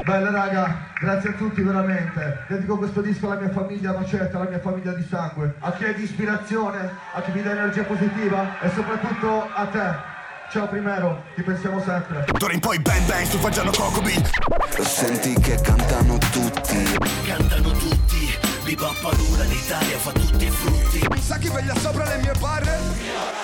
Bella raga, grazie a tutti veramente. Dedico questo disco alla mia famiglia Macete, alla mia famiglia di sangue, a chi è di ispirazione, a chi mi dà energia positiva e soprattutto a te. Ciao Primero, ti pensiamo sempre. D'ora in poi bang bang, sto facendo Coco Beat. Senti che cantano tutti. Cantano tutti, viva paura, l'Italia fa tutti i frutti. Sa chi veglia sopra le mie barre?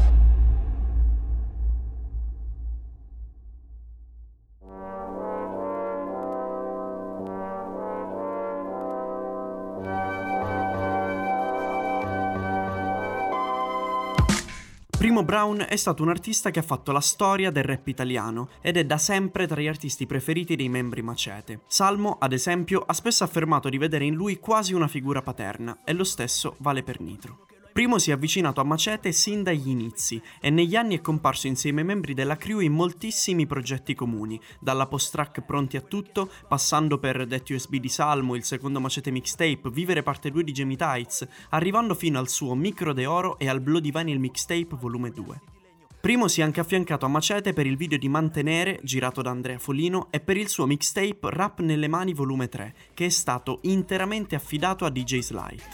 Primo Brown è stato un artista che ha fatto la storia del rap italiano ed è da sempre tra gli artisti preferiti dei membri Macete. Salmo, ad esempio, ha spesso affermato di vedere in lui quasi una figura paterna, e lo stesso vale per Nitro. Primo si è avvicinato a Macete sin dagli inizi e negli anni è comparso insieme ai membri della crew in moltissimi progetti comuni, dalla post-track Pronti a tutto, passando per Det USB di Salmo, il secondo Macete mixtape, Vivere parte 2 di Jamie Tights, arrivando fino al suo Micro de Oro e al Bloody Vinyl Mixtape volume 2. Primo si è anche affiancato a Macete per il video di Mantenere, girato da Andrea Folino, e per il suo mixtape Rap nelle mani volume 3, che è stato interamente affidato a DJ Slight.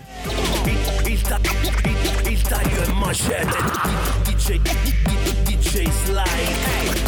Il taglio è Macete, DJ Slide,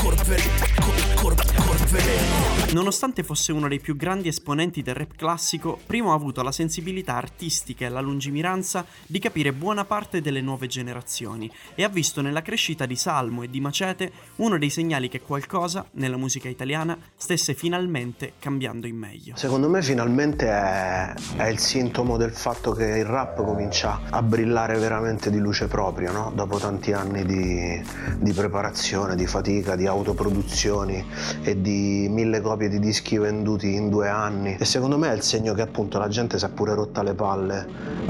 Nonostante fosse uno dei più grandi esponenti del rap classico, Primo ha avuto la sensibilità artistica e la lungimiranza di capire buona parte delle nuove generazioni e ha visto nella crescita di Salmo e di Macete uno dei segnali che qualcosa nella musica italiana stesse finalmente cambiando in meglio. Secondo me finalmente è il sintomo del fatto che il rap comincia a brillare veramente di luce propria, no? Dopo tanti anni di preparazione, di fatica, di autoproduzioni e di 1000 copie di dischi venduti in 2 anni, e secondo me è il segno che appunto la gente si è pure rotta le palle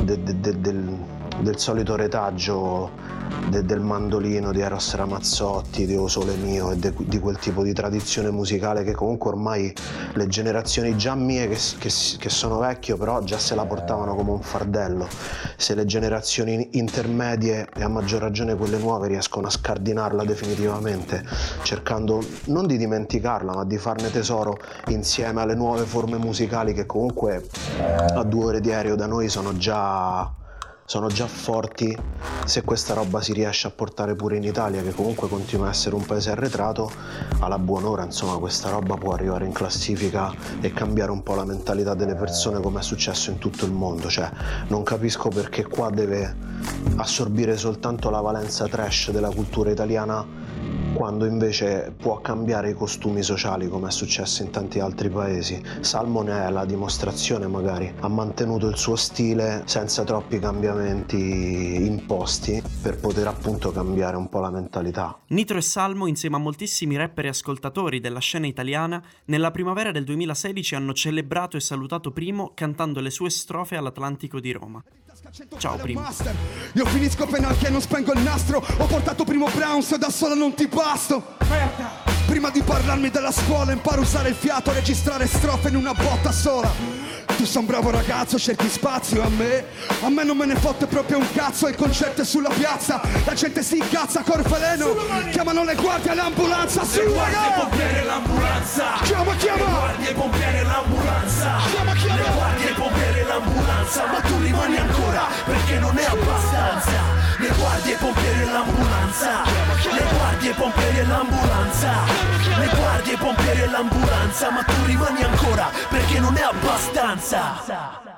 del solito retaggio del mandolino di Eros Ramazzotti, di O Sole Mio e di quel tipo di tradizione musicale che comunque ormai le generazioni già mie che sono vecchio però già se la portavano come un fardello. Se le generazioni intermedie e a maggior ragione quelle nuove riescono a scardinarla definitivamente, cercando non di dimenticarla ma di farne tesoro insieme alle nuove forme musicali che comunque a 2 ore di aereo da noi sono già forti, se questa roba si riesce a portare pure in Italia, che comunque continua a essere un paese arretrato, alla buon'ora insomma questa roba può arrivare in classifica e cambiare un po' la mentalità delle persone, come è successo in tutto il mondo. Cioè non capisco perché qua deve assorbire soltanto la valenza trash della cultura italiana quando invece può cambiare i costumi sociali, come è successo in tanti altri paesi. Salmo ne è la dimostrazione, magari ha mantenuto il suo stile senza troppi cambiamenti imposti per poter appunto cambiare un po' la mentalità. Nitro e Salmo, insieme a moltissimi rapper e ascoltatori della scena italiana, nella primavera del 2016 hanno celebrato e salutato Primo cantando le sue strofe all'Atlantico di Roma. Ciao Primo. Io finisco penal che non spengo il nastro. Ho portato Primo Brown, se da sola non ti basto. Merda. Prima di parlarmi della scuola imparo a usare il fiato, a registrare strofe in una botta sola. Tu sei un bravo ragazzo, cerchi spazio, a me non me ne fotte proprio un cazzo. Il concerto è sulla piazza, la gente si incazza, Corveleno, chiamano le guardie all'ambulanza. Le guardie pompiere l'ambulanza. Chiama Le guardie pompiere l'ambulanza. Le guardie pompiere l'ambulanza. Ma tu rimani ancora perché non è abbastanza. Le guardie pompiere l'ambulanza. Le guardie pompiere l'ambulanza. Le guardie pompiere l'ambulanza. Ma tu rimani ancora perché non è abbastanza.